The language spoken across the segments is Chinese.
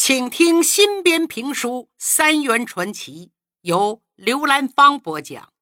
请听新编评书《三元传奇》，由刘兰芳播讲。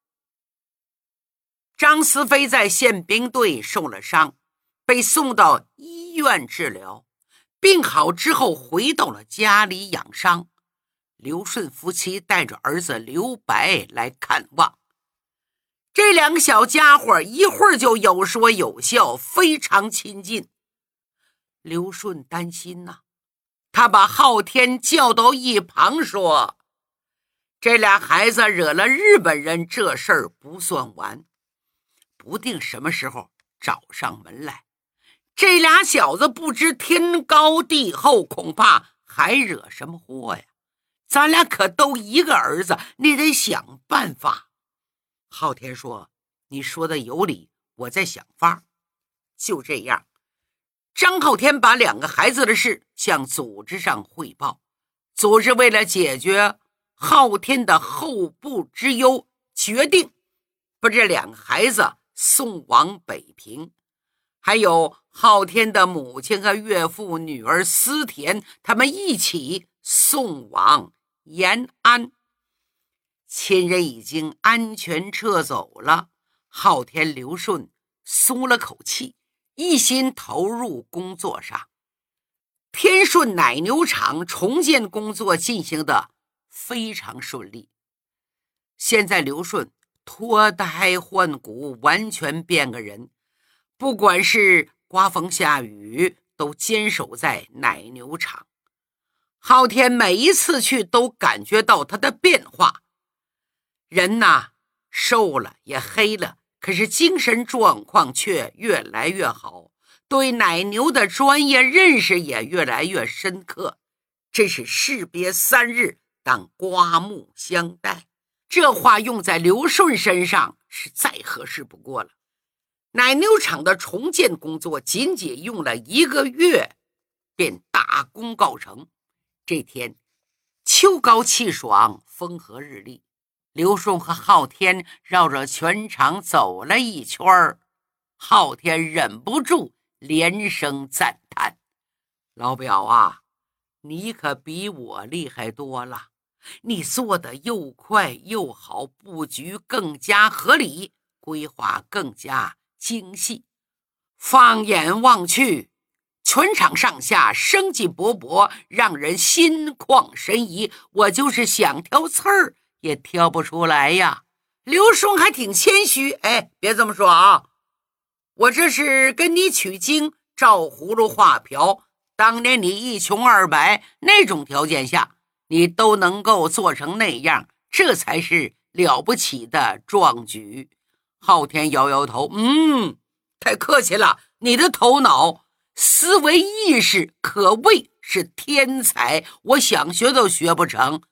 张思飞在宪兵队受了伤，被送到医院治疗，病好之后回到了家里养伤。刘顺夫妻带着儿子刘白来看望。这两个小家伙一会儿就有说有笑，非常亲近。刘顺担心呐，他把昊天叫到一旁说，这俩孩子惹了日本人，这事儿不算完，不定什么时候找上门来。这俩小子不知天高地厚，恐怕还惹什么祸呀。咱俩可都一个儿子，你得想办法。昊天说，你说的有理，我在想法。就这样，张昊天把两个孩子的事向组织上汇报，组织为了解决昊天的后顾之忧，决定把这两个孩子送往北平，还有昊天的母亲和岳父女儿思田，他们一起送往延安。亲人已经安全撤走了，昊天、刘顺松了口气，一心投入工作上。天顺奶牛场重建工作进行得非常顺利。现在刘顺脱胎换骨，完全变个人，不管是刮风下雨都坚守在奶牛场。昊天每一次去都感觉到他的变化，人呐，瘦了也黑了，可是精神状况却越来越好，对奶牛的专业认识也越来越深刻。这是士别三日，当刮目相待。这话用在刘顺身上是再合适不过了。奶牛场的重建工作仅仅用了1个月，便大功告成。这天秋高气爽，风和日丽，刘顺和昊天绕着全场走了一圈，昊天忍不住连声赞叹，老表啊，你可比我厉害多了，你做的又快又好，布局更加合理，规划更加精细。放眼望去，全场上下生机勃勃，让人心旷神怡，我就是想挑刺儿也挑不出来呀。刘顺还挺谦虚，别这么说啊，我这是跟你取经，照葫芦画瓢。当年你一穷二白，那种条件下你都能够做成那样，这才是了不起的壮举。昊天摇摇头，太客气了，你的头脑思维意识可谓是天才，我想学都学不成。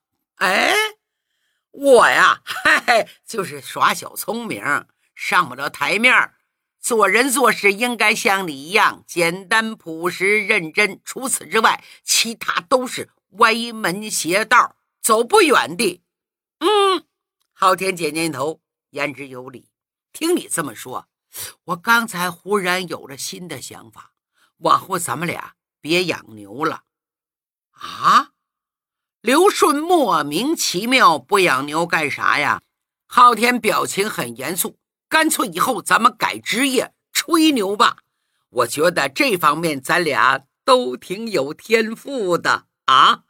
我呀，就是耍小聪明，上不了台面。做人做事应该像你一样简单朴实认真，除此之外其他都是歪门邪道，走不远的。昊天点点头，言之有理。听你这么说，我刚才忽然有了新的想法，往后咱们俩别养牛了。啊？刘顺莫名其妙，不养牛干啥呀？昊天表情很严肃，干脆以后咱们改职业吹牛吧，我觉得这方面咱俩都挺有天赋的啊！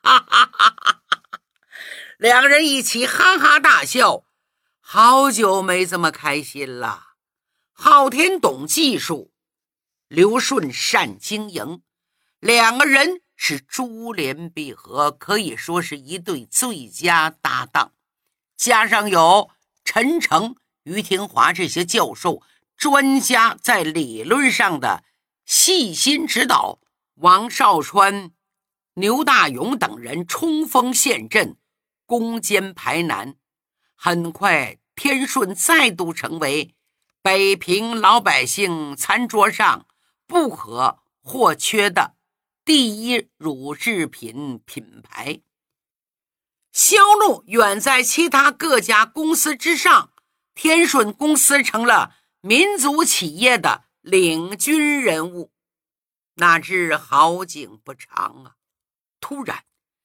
两人一起哈哈大笑，好久没这么开心了。昊天懂技术，刘顺善经营，两个人是珠联璧合，可以说是一对最佳搭档。加上有陈诚、于廷华这些教授专家在理论上的细心指导，王少川、牛大勇等人冲锋陷阵，攻坚排难，很快天顺再度成为北平老百姓餐桌上不可或缺的第一乳制品品牌，销路远在其他各家公司之上，天顺公司成了民族企业的领军人物。哪知好景不长啊，突然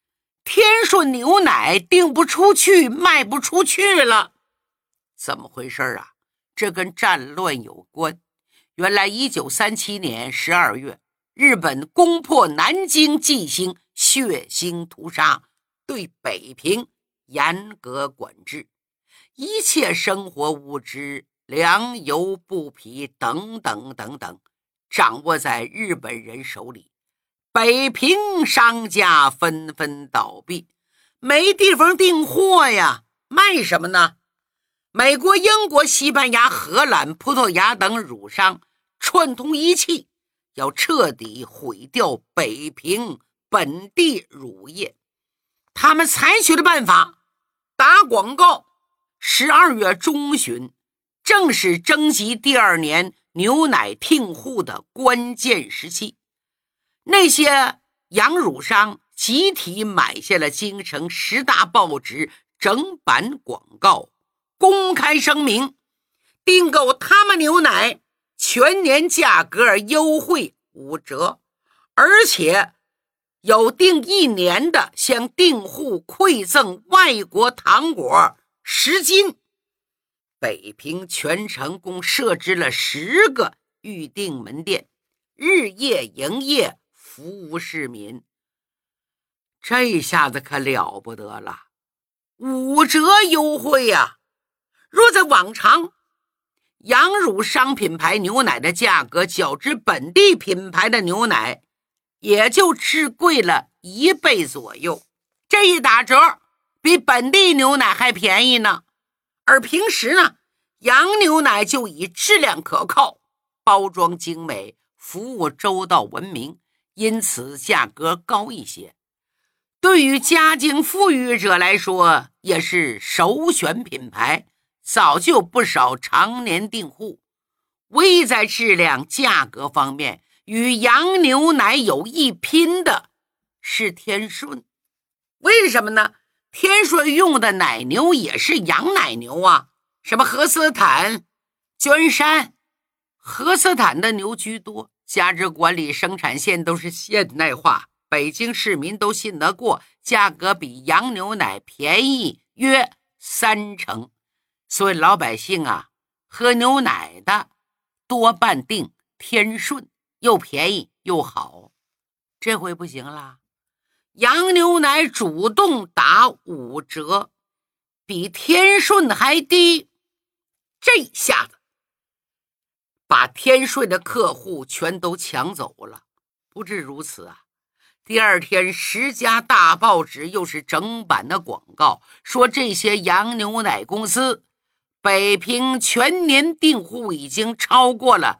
天顺牛奶订不出去，卖不出去了。怎么回事啊？这跟战乱有关。原来1937年12月，日本攻破南京进行血腥屠杀，对北平严格管制，一切生活物资、粮油布匹等等等等，掌握在日本人手里。北平商家纷纷倒闭，没地方订货呀，卖什么呢？美国、英国、西班牙、荷兰、葡萄牙等乳商串通一气，要彻底毁掉北平本地乳业。他们采取的办法，打广告。12月中旬，正是征集第二年牛奶订户的关键时期。那些养乳商集体买下了京城10大报纸整版广告，公开声明订购他们牛奶全年价格优惠5折，而且有订1年的向订户馈赠外国糖果10斤。北平全城共设置了10个预订门店，日夜营业服务市民。这下子可了不得了，5折优惠呀！若在往常，养乳商品牌牛奶的价格较之本地品牌的牛奶也就只贵了1倍左右，这一打折比本地牛奶还便宜呢。而平时呢，洋牛奶就以质量可靠、包装精美、服务周到闻名，因此价格高一些。对于家境富裕者来说，也是首选品牌，早就不少常年订户。唯在质量价格方面与洋牛奶有一拼的是天顺。为什么呢？天顺用的奶牛也是洋奶牛啊，什么荷斯坦、娟山。荷斯坦的牛居多，加之管理生产线都是现代化，北京市民都信得过，价格比洋牛奶便宜约30%。所以老百姓啊，喝牛奶的多半订天顺，又便宜又好。这回不行啦，洋牛奶主动打5折，比天顺还低。这下子把天顺的客户全都抢走了。不止如此啊，第二天10家大报纸又是整版的广告，说这些洋牛奶公司北平全年订户已经超过了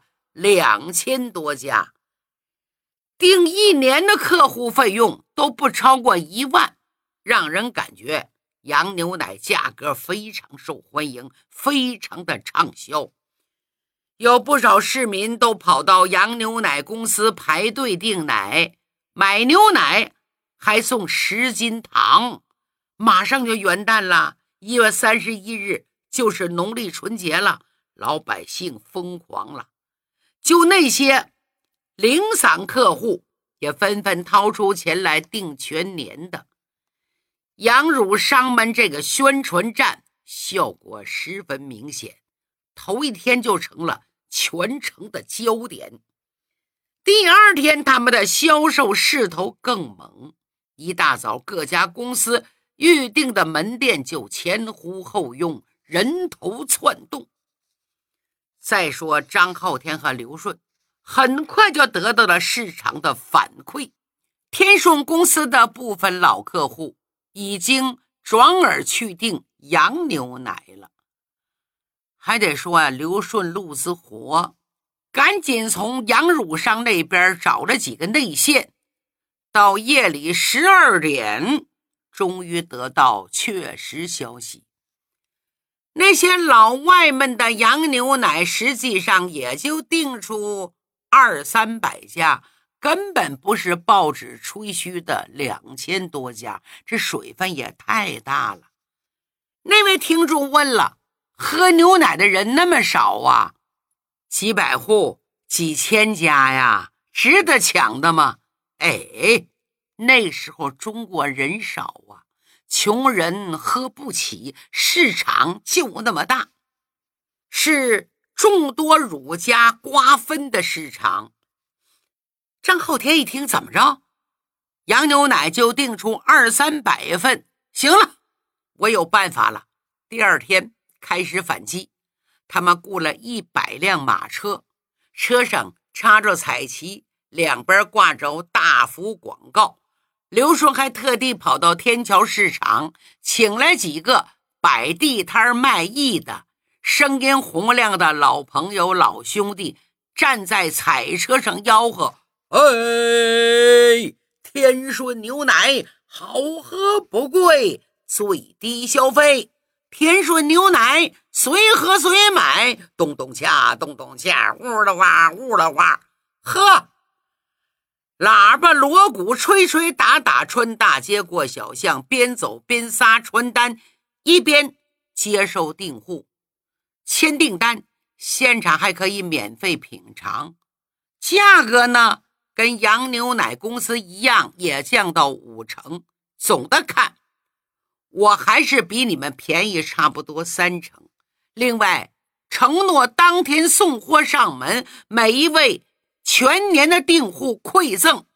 2000多家，订1年的客户费用都不超过1万，让人感觉洋牛奶价格非常受欢迎，非常的畅销。有不少市民都跑到洋牛奶公司排队订奶，买牛奶还送10斤糖。马上就元旦了，1月31日就是农历春节了，老百姓疯狂了。就那些零散客户也纷纷掏出钱来订全年的。养乳商们这个宣传战效果十分明显，头一天就成了全城的焦点。第二天他们的销售势头更猛，一大早各家公司预定的门店就前呼后拥，人头窜动。再说张浩天和刘顺很快就得到了市场的反馈，天顺公司的部分老客户已经转而去订洋牛奶了。还得说啊，刘顺路子活，赶紧从洋乳商那边找了几个内线，到夜里12点终于得到确实消息。那些老外们的洋牛奶实际上也就订出200-300家，根本不是报纸吹嘘的2000多家，这水分也太大了。那位听众问了，喝牛奶的人那么少啊，几百户、几千家呀，值得抢的吗？哎， 那时候中国人少啊，穷人喝不起，市场就那么大，是众多儒家瓜分的市场。张浩天一听，怎么着？洋牛奶就订出200-300份，行了，我有办法了。第二天开始反击，他们雇了100辆马车，车上插着彩旗，两边挂着大幅广告。刘顺还特地跑到天桥市场，请来几个摆地摊卖艺的、声音洪亮的老朋友老兄弟，站在彩车上吆喝：哎，天顺牛奶好喝不贵，最低消费，天顺牛奶随喝随买，咚咚恰咚咚恰，呜了哇呜了哇，喝！喇叭锣鼓吹吹打打，穿大街过小巷，边走边撒传单，一边接受订户，签订单，现场还可以免费品尝，价格呢跟洋牛奶公司一样，也降到50%。总的看，我还是比你们便宜差不多30%。另外，承诺当天送货上门，每一位全年的订户馈赠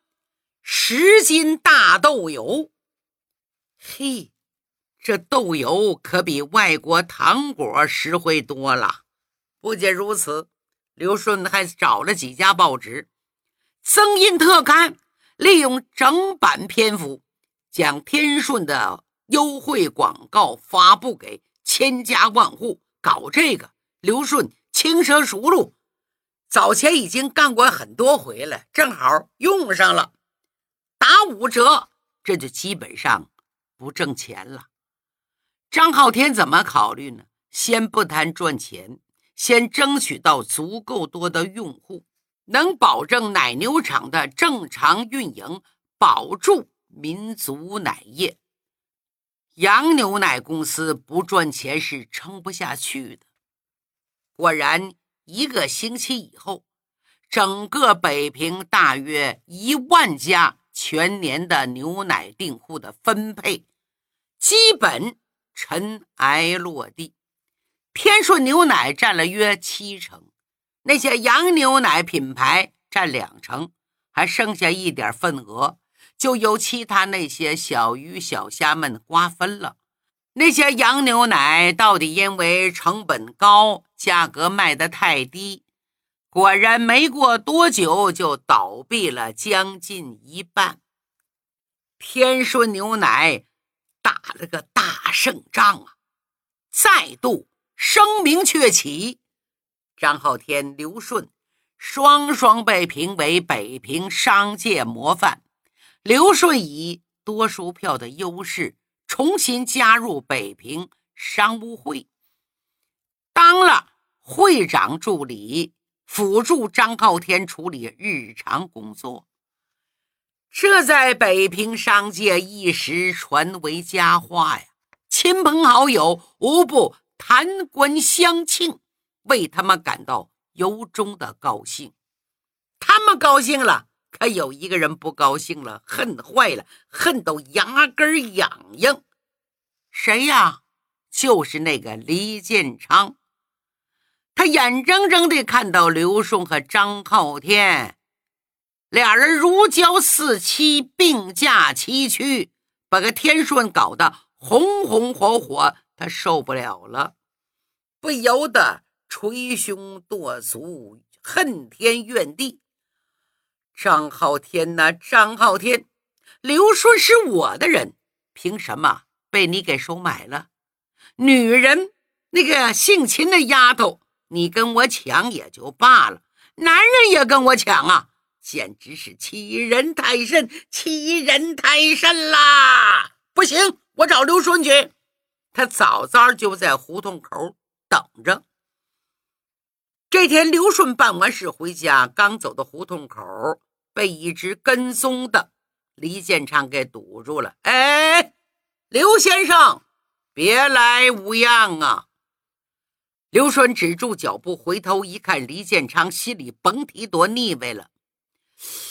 10斤大豆油。嘿，这豆油可比外国糖果实惠多了。不仅如此，刘顺还找了几家报纸增印特刊，利用整版篇幅将天顺的优惠广告发布给千家万户。搞这个，刘顺轻车熟路，早前已经干过很多回了，正好用上了，打5折，这就基本上不挣钱了。张浩天怎么考虑呢？先不谈赚钱，先争取到足够多的用户，能保证奶牛场的正常运营，保住民族奶业。洋牛奶公司不赚钱是撑不下去的。果然1个星期以后，整个北平大约1万家全年的牛奶订户的分配基本尘埃落地，天顺牛奶占了约70%，那些洋牛奶品牌占20%，还剩下一点份额就由其他那些小鱼小虾们瓜分了。那些洋牛奶到底因为成本高，价格卖得太低，果然没过多久就倒闭了将近一半。天顺牛奶打了个大胜仗啊，再度声名鹊起。张浩天、刘顺双双被评为北平商界模范。刘顺以多数票的优势重新加入北平商务会，当了会长助理，辅助张浩天处理日常工作。这在北平商界一时传为佳话呀，亲朋好友无不弹冠相庆，为他们感到由衷的高兴。他们高兴了，可有一个人不高兴了，恨坏了，恨都牙根痒痒。谁呀？就是那个黎建昌。他眼睁睁地看到刘顺和张浩天俩人如胶似漆，并驾齐驱，把个天顺搞得红红火火，他受不了了，不由得捶胸跺足，恨天怨地。张浩天哪，张浩天，刘顺是我的人，凭什么被你给收买了？女人，那个姓秦的丫头，你跟我抢也就罢了，男人也跟我抢啊，简直是欺人太甚，欺人太甚啦！不行，我找刘顺去。他早早就在胡同口等着。这天刘顺办完事回家，刚走到胡同口，被一直跟踪的黎建昌给堵住了。哎，刘先生，别来无恙啊！刘顺止住脚步，回头一看，黎建昌心里甭提多腻歪了。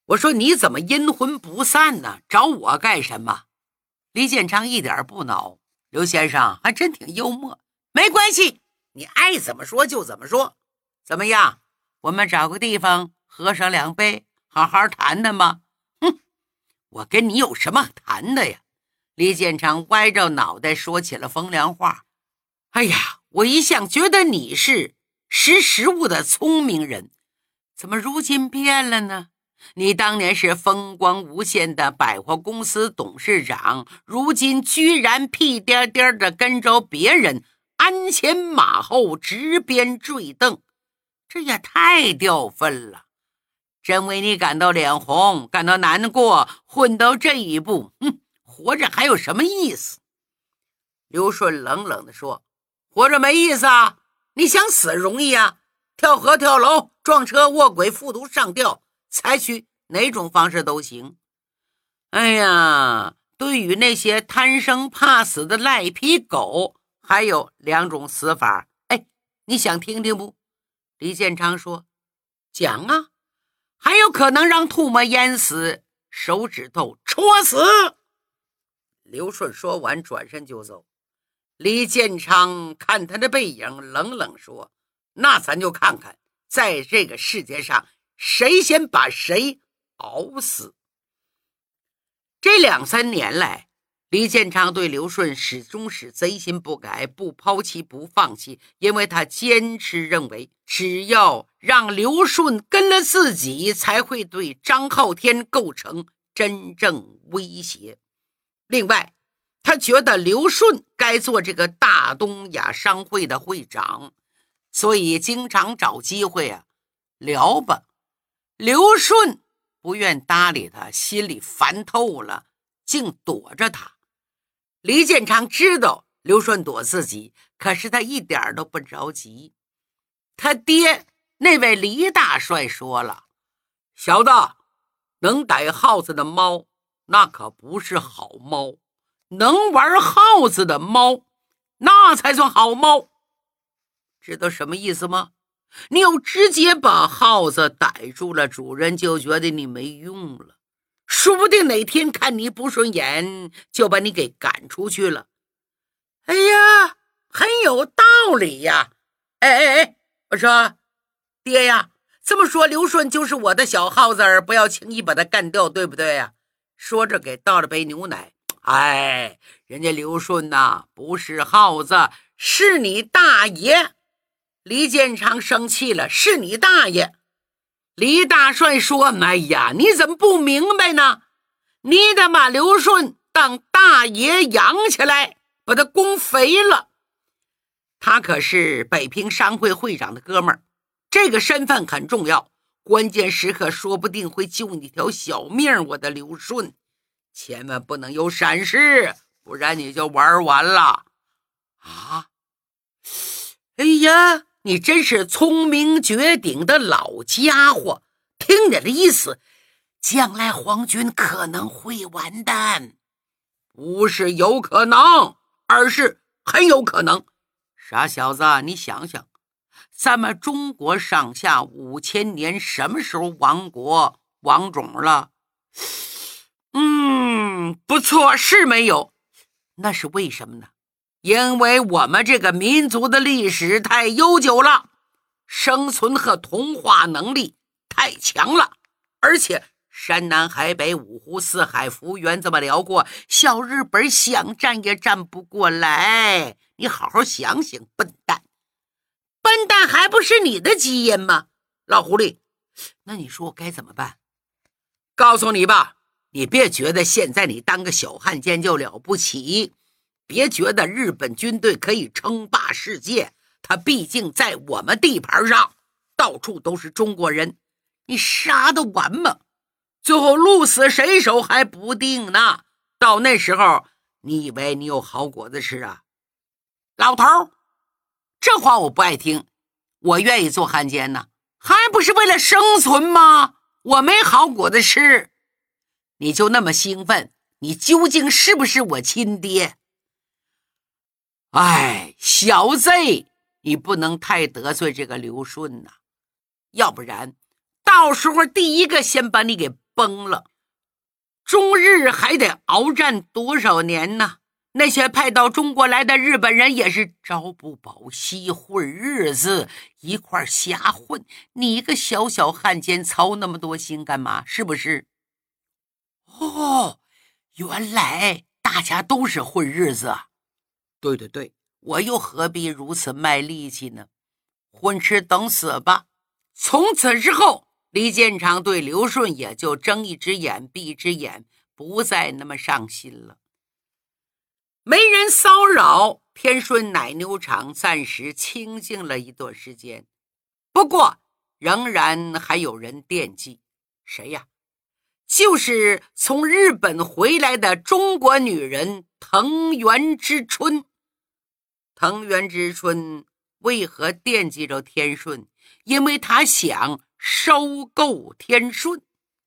我说你怎么阴魂不散呢？找我干什么？李建昌一点不恼，刘先生还真挺幽默。没关系，你爱怎么说就怎么说。怎么样，我们找个地方喝上2杯，好好谈谈吧。哼，我跟你有什么谈的呀？李建昌歪着脑袋说起了风凉话。哎呀，我一向觉得你是识时务的聪明人，怎么如今变了呢？你当年是风光无限的百货公司董事长，如今居然屁颠颠的跟着别人鞍前马后，执鞭坠镫，这也太掉分了。真为你感到脸红，感到难过，混到这一步，活着还有什么意思？刘顺冷冷地说，活着没意思啊？你想死容易啊？跳河跳楼撞车卧轨服毒上吊，采取哪种方式都行。哎呀，对于那些贪生怕死的赖皮狗，还有2种死法。哎，你想听听不？李建昌说，讲啊。还有可能让唾沫淹死，手指头戳死。刘顺说完转身就走。李建昌看他的背影，冷冷说，那咱就看看在这个世界上谁先把谁熬死。这2、3年来，李建昌对刘顺始终是贼心不改，不抛弃不放弃，因为他坚持认为，只要让刘顺跟了自己，才会对张浩天构成真正威胁。另外，他觉得刘顺该做这个大东亚商会的会长，所以经常找机会聊吧。刘顺不愿搭理他，心里烦透了，竟躲着他。李建昌知道刘顺躲自己，可是他一点都不着急。他爹那位李大帅说了，小子，能逮耗子的猫那可不是好猫，能玩耗子的猫那才算好猫。知道什么意思吗？你要直接把耗子逮住了，主人就觉得你没用了，说不定哪天看你不顺眼，就把你给赶出去了。哎呀，很有道理呀！哎，我说爹呀，这么说刘顺就是我的小耗子儿，不要轻易把他干掉，对不对呀？说着给倒了杯牛奶。哎，人家刘顺呐，不是耗子，是你大爷。李建昌生气了，是你大爷。李大帅说，哎呀，你怎么不明白呢？你得把刘顺当大爷养起来，把他供肥了。他可是北平商会会长的哥们儿，这个身份很重要，关键时刻说不定会救你条小命。我的刘顺，千万不能有闪失，不然你就玩完了啊！哎呀，你真是聪明绝顶的老家伙，听你的意思，将来皇军可能会完蛋。不是有可能，而是很有可能。傻小子，你想想，咱们中国上下5000年什么时候亡国亡种了？不错，是没有。那是为什么呢？因为我们这个民族的历史太悠久了，生存和同化能力太强了，而且山南海北五湖四海幅员这么辽阔，小日本想战也战不过来。你好好想想，笨蛋，笨蛋还不是你的基因吗？老狐狸，那你说我该怎么办？告诉你吧，你别觉得现在你当个小汉奸就了不起，别觉得日本军队可以称霸世界，他毕竟在我们地盘上，到处都是中国人，你杀得完吗？最后鹿死谁手还不定呢，到那时候你以为你有好果子吃啊？老头，这话我不爱听，我愿意做汉奸呢，还不是为了生存吗？我没好果子吃，你就那么兴奋，你究竟是不是我亲爹？哎，小贼，你不能太得罪这个刘顺呐，要不然到时候第一个先把你给崩了。中日还得鏖战多少年呢？那些派到中国来的日本人也是朝不保夕，混日子，一块瞎混。你一个小小汉奸操那么多心干嘛？是不是？哦，原来大家都是混日子啊。对对对，我又何必如此卖力气呢？混吃等死吧。从此之后，李建长对刘顺也就睁一只眼闭一只眼，不再那么上心了。没人骚扰，天顺奶牛场暂时清静了一段时间。不过仍然还有人惦记。谁呀？就是从日本回来的中国女人藤原之春。藤原之春为何惦记着天顺？因为他想收购天顺。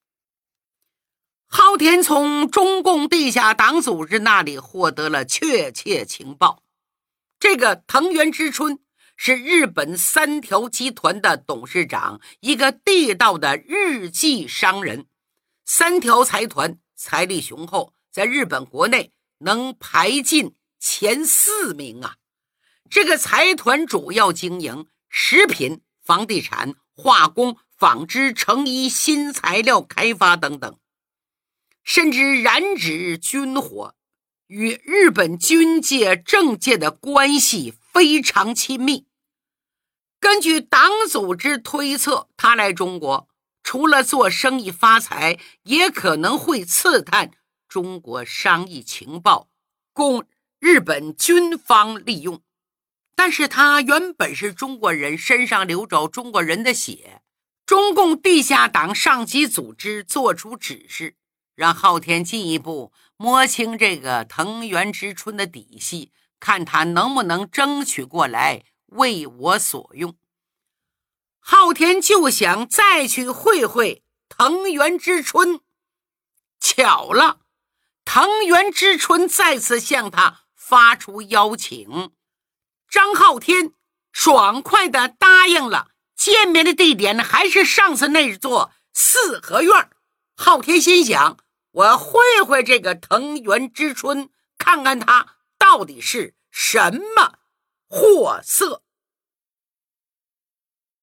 浩田从中共地下党组织那里获得了确切情报，这个藤原之春是日本三条集团的董事长，一个地道的日系商人。三条财团财力雄厚，在日本国内能排进前4名啊。这个财团主要经营食品、房地产、化工、纺织、成衣、新材料开发等等，甚至染指军火，与日本军界政界的关系非常亲密。根据党组织推测，他来中国除了做生意发财，也可能会刺探中国商业情报，供日本军方利用。但是他原本是中国人，身上流着中国人的血。中共地下党上级组织做出指示，让浩天进一步摸清这个藤原之春的底细，看他能不能争取过来为我所用。浩天就想再去会会藤原之春。巧了，藤原之春再次向他发出邀请。张浩天爽快地答应了，见面的地点还是上次那座四合院。浩天心想，我会会这个藤原之春，看看他到底是什么货色。